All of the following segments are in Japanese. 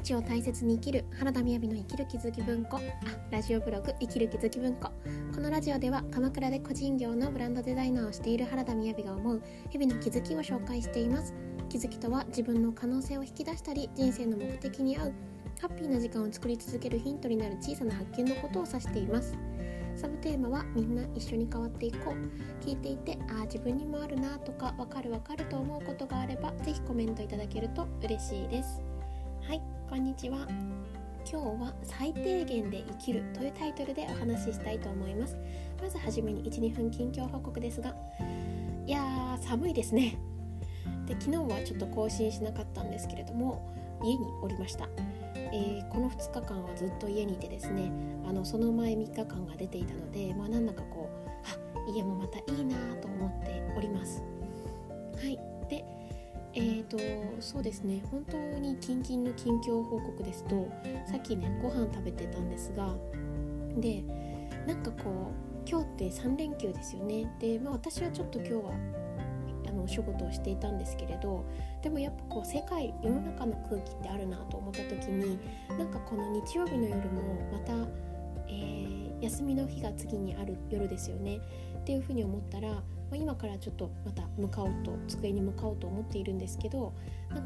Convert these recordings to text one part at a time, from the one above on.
日を大切に生きる原田みやびの生きる気づき文庫、ラジオブログ生きる気づき文庫。このラジオでは鎌倉で個人業のブランドデザイナーをしている原田みやびが思う日々の気づきを紹介しています。気づきとは自分の可能性を引き出したり、人生の目的に合うハッピーな時間を作り続けるヒントになる小さな発見のことを指しています。サブテーマはみんな一緒に変わっていこう。聞いていて自分にもあるなとかわかると思うことがあればぜひコメントいただけると嬉しいです。はい、こんにちは。今日は最低限で生きるというタイトルでお話ししたいと思います。まずはじめに 1,2 分近況報告ですが、いやー寒いですね。で、昨日はちょっと更新しなかったんですけれども家におりました。この2日間はずっと家にいてですね、その前3日間が出ていたので、なんだか家もまたいいなと思っております。はい。で、そうですね、本当に近々の近況報告ですと、さっきねご飯食べてたんですが、で今日って3連休ですよね。で、私はちょっと今日はお仕事をしていたんですけれど、でもやっぱ世の中の空気ってあるなと思った時に、この日曜日の夜もまた、休みの日が次にある夜ですよねっていうふうに思ったら、今からちょっとまた机に向かおうと思っているんですけど、何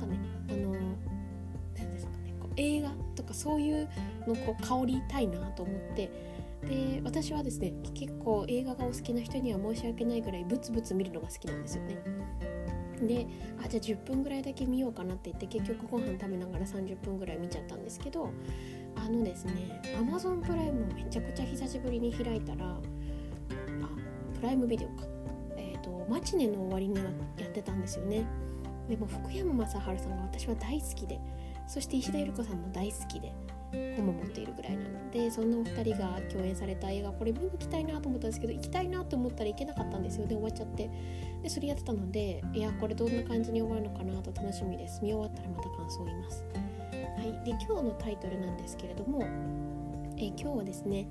ですかね、映画とかそういうの香りたいなと思って、で、私はですね結構映画がお好きな人には申し訳ないぐらいブツブツ見るのが好きなんですよね。で、じゃあ10分ぐらいだけ見ようかなって言って結局ご飯食べながら30分ぐらい見ちゃったんですけど、ですね Amazon プライムをめちゃくちゃ久しぶりに開いたら、プライムビデオか、マチネの終わりにやってたんですよね。でも福山雅治さんが私は大好きで、そして石田ゆり子さんも大好きで本も持っているぐらいなので、そんなお二人が共演された映画、これ見に行きたいなと思ったんですけど、行きたいなと思ったら行けなかったんですよ。で、終わっちゃって、でそれやってたので、これどんな感じに終わるのかなと楽しみです。見終わったらまた感想を言います。はい。で、今日のタイトルなんですけれども、今日はですね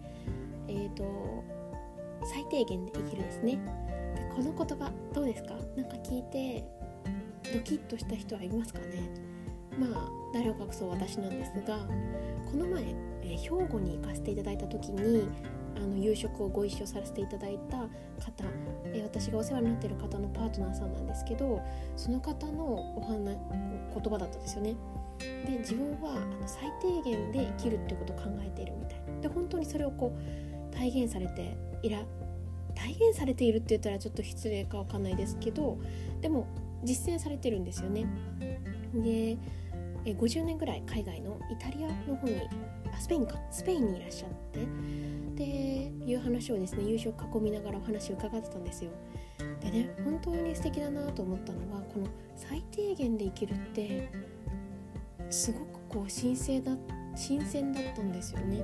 最低限で生きるですね。で、この言葉どうですか？聞いてドキッとした人はいますかね？誰を隠そう私なんですが、この前、兵庫に行かせていただいた時に夕食をご一緒させていただいた方、私がお世話になっている方のパートナーさんなんですけど、その方の言葉だったんですよね。で、自分は最低限で生きるっていうことを考えているみたいで、本当にそれを体現されているって言ったらちょっと失礼かわかんないですけど、でも実践されてるんですよね。で、50年ぐらい海外のイタリアの方にスペインにいらっしゃって、でいう話をですね、夕食囲みながらお話を伺ってたんですよ。でね、本当に素敵だなと思ったのは、この最低限で生きるってすごく新鮮だったんですよね。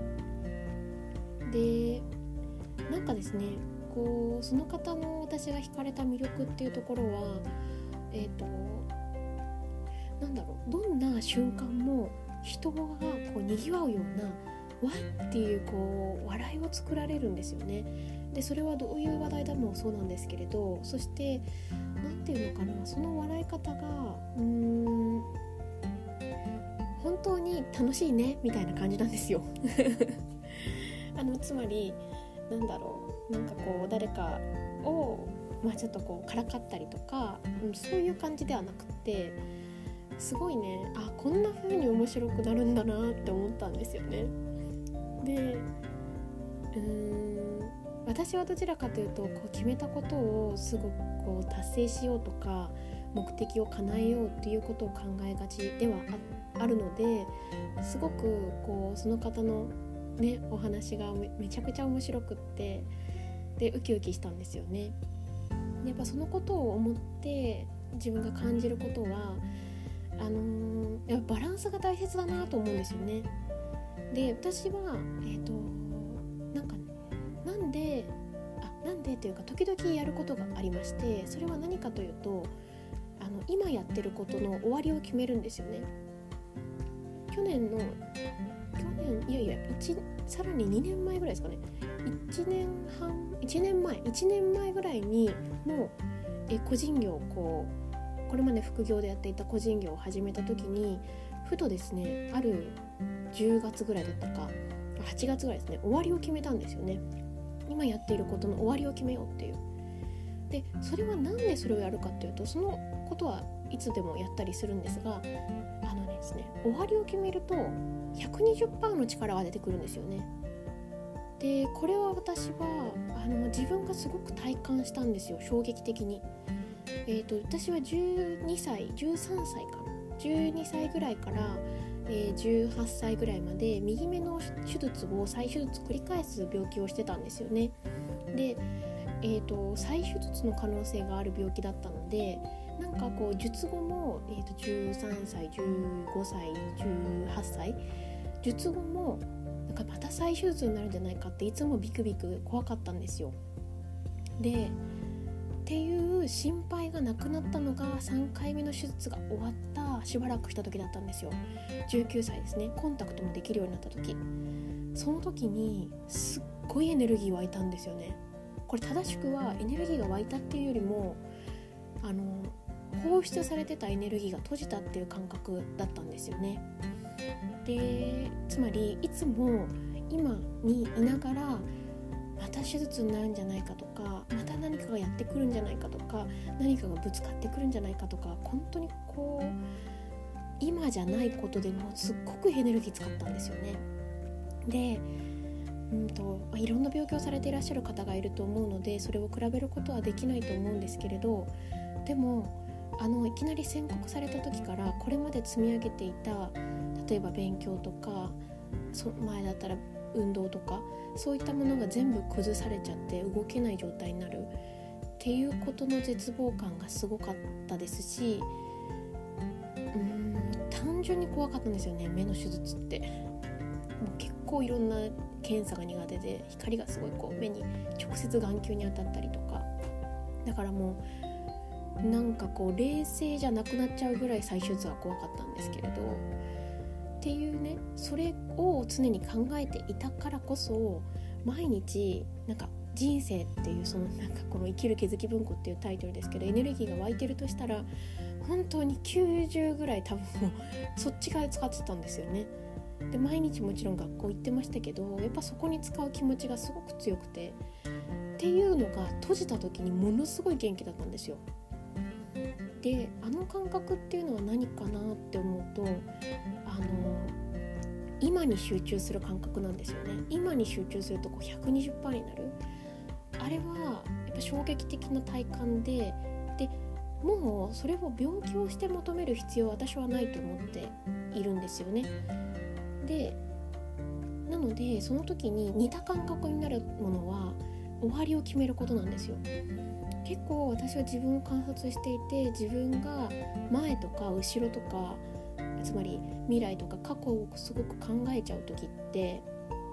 で、ですね、その方の私が惹かれた魅力っていうところは、どんな瞬間も人が賑わうようなわっていう笑いを作られるんですよね。で、それはどういう話題でもそうなんですけれど、そしてその笑い方が本当に楽しいねみたいな感じなんですよつまり誰かをちょっとからかったりとか、そういう感じではなくて、すごいね、こんな風に面白くなるんだなって思ったんですよね。で、私はどちらかというと決めたことをすぐ達成しようとか目的を叶えようっていうことを考えがちでは あるので、すごくその方のねお話がめちゃくちゃ面白くって、でウキウキしたんですよね。で、やっぱそのことを思って自分が感じることはやっぱバランスが大切だなと思うんですよね。で、私はなんでというか時々やることがありまして、それは何かというと今やってることの終わりを決めるんですよね。さらに2年前ぐらいですかね、1年前ぐらいにもう個人業これまで副業でやっていた個人業を始めた時に、 ふとですね、ある10月ぐらいだったか8月ぐらいですね、終わりを決めたんですよね。今やっていることの終わりを決めようっていう。でそれはなんでそれをやるかっていうと、そのことはいつでもやったりするんですが、ですね、終わりを決めると 120% の力が出てくるんですよね。でこれは私は自分がすごく体感したんですよ、衝撃的に。私は12歳13歳かな、12歳ぐらいから、18歳ぐらいまで右目の手術を再手術繰り返す病気をしてたんですよね。で、再手術の可能性がある病気だったので、なんかこう術後も、13歳15歳18歳術後もなんかまた再手術になるんじゃないかっていつもビクビク怖かったんですよ。でっていう心配がなくなったのが3回目の手術が終わったしばらくした時だったんですよ。19歳ですね。コンタクトもできるようになった時、その時にすっごいエネルギー湧いたんですよね。これ正しくはエネルギーが湧いたっていうよりも放出されてたエネルギーが閉じたっていう感覚だったんですよね。でつまりいつも今にいながらまた手術になるんじゃないかとか、また何かがやってくるんじゃないかとか、何かがぶつかってくるんじゃないかとか、本当にこう今じゃないことでもすっごくエネルギー使ったんですよね。でいろんな病気をされていらっしゃる方がいると思うので、それを比べることはできないと思うんですけれど、でもいきなり宣告された時からこれまで積み上げていた、例えば勉強とか前だったら運動とか、そういったものが全部崩されちゃって動けない状態になるっていうことの絶望感がすごかったですし、単純に怖かったんですよね。目の手術ってもう結構いろんな検査が苦手で、光がすごいこう目に直接眼球に当たったりとか、だからもうなんかこう冷静じゃなくなっちゃうぐらい再手術は怖かったんですけれど、っていうね、それを常に考えていたからこそ、毎日なんか人生っていうなんかこの生きる気づき文庫っていうタイトルですけど、エネルギーが湧いてるとしたら本当に90ぐらい多分もうそっち側使ってたんですよね。で毎日もちろん学校行ってましたけど、やっぱそこに使う気持ちがすごく強くて、っていうのが閉じた時にものすごい元気だったんですよ。で感覚っていうのは何かなって思うと、今に集中する感覚なんですよね。今に集中するとこう 120% になる。あれはやっぱ衝撃的な体感で、もうそれを病気をして求める必要は私はないと思っているんですよね。でなのでその時に似た感覚になるものは終わりを決めることなんですよ。結構私は自分を観察していて、自分が前とか後ろとか、つまり未来とか過去をすごく考えちゃう時って、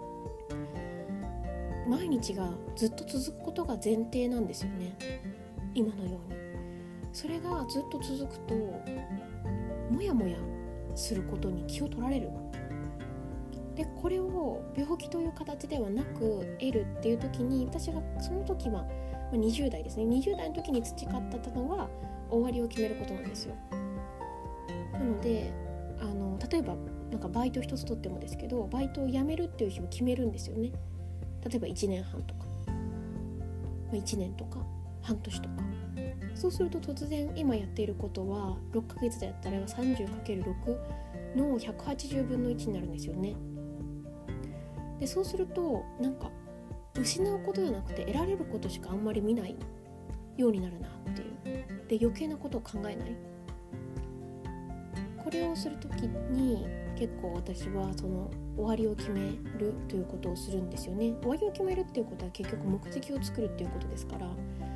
毎日がずっと続くことが前提なんですよね。今のようにそれがずっと続くともやもやすることに気を取られる。でこれを病気という形ではなく得るっていう時に、私がその時は20代ですね、20代の時に培ったのは終わりを決めることなんですよ。なので例えばなんかバイト一つ取ってもですけど、バイトを辞めるっていう日を決めるんですよね。例えば1年半とか、1年とか半年とか。そうすると突然今やっていることは6ヶ月でやったら 30×6 の180分の1になるんですよね。でそうするとなんか失うことじゃなくて得られることしかあんまり見ないようになるなっていう。で余計なことを考えない。これをするときに結構私はその終わりを決めるということをするんですよね。終わりを決めるっていうことは結局目的を作るっていうことですから、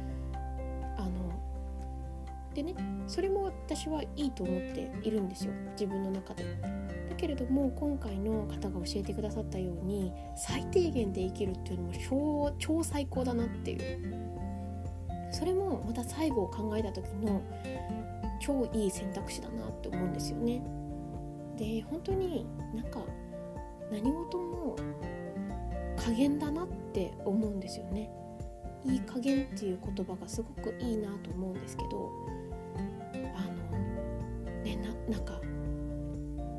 でね、それも私はいいと思っているんですよ、自分の中で。だけれども今回の方が教えてくださったように、最低限で生きるっていうのも超最高だなっていう、それもまた最後を考えた時の超いい選択肢だなって思うんですよね。で本当になんか何事も加減だなって思うんですよね。いい加減っていう言葉がすごくいいなと思うんですけど、なんか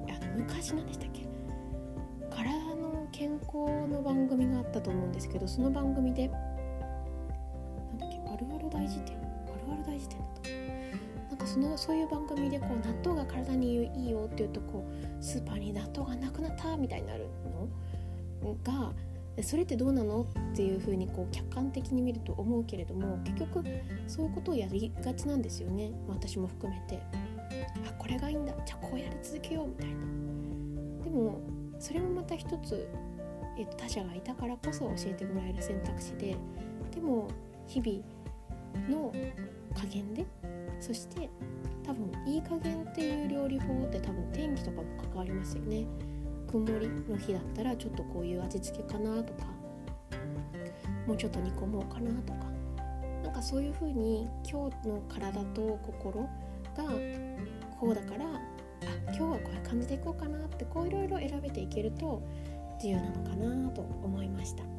昔何でしたっけ、体の健康の番組があったと思うんですけど、その番組でなんだっけ、あるある大辞典だったなんかそういう番組でこう納豆が体にいいよっていうと、こうスーパーに納豆がなくなったみたいになるのが、それってどうなのっていう風にこう客観的に見ると思うけれども、結局そういうことをやりがちなんですよね。私も含めて、これがいいんだ、じゃあこうやり続けようみたいな。でもそれもまた一つ、他者がいたからこそ教えてもらえる選択肢で、でも日々の加減で、そして多分いい加減っていう料理法って多分天気とかも関わりますよね。曇りの日だったらちょっとこういう味付けかなとか、もうちょっと煮込もうかなとか、なんかそういう風に今日の体と心がこうだから、今日はこういう感じでいこうかなって、こういろいろ選べていけると自由なのかなと思いました。はい、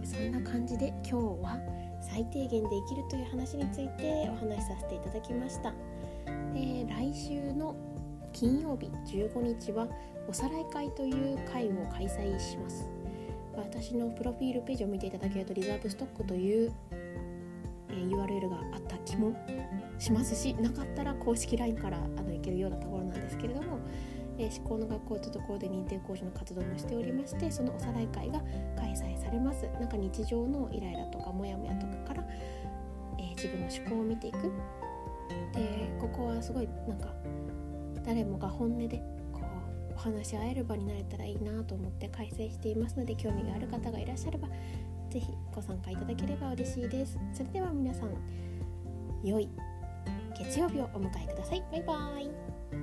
そんな感じで今日は最低限で生きるという話についてお話しさせていただきました。来週の金曜日15日はおさらい会という会を開催します。私のプロフィールページを見ていただけると、リザーブストックという、URL があった気もしますし、なかったら公式 LINE から行けるようなところなんですけれども、思考の学校というところで認定講師の活動もしておりまして、そのおさらい会が開催されます。なんか日常のイライラとかモヤモヤとかから、自分の思考を見ていく。で、ここはすごいなんか誰もが本音でこうお話し合える場になれたらいいなと思って開催していますので、興味がある方がいらっしゃればぜひご参加いただければ嬉しいです。それでは皆さん、良い月曜日をお迎えください。バイバイ。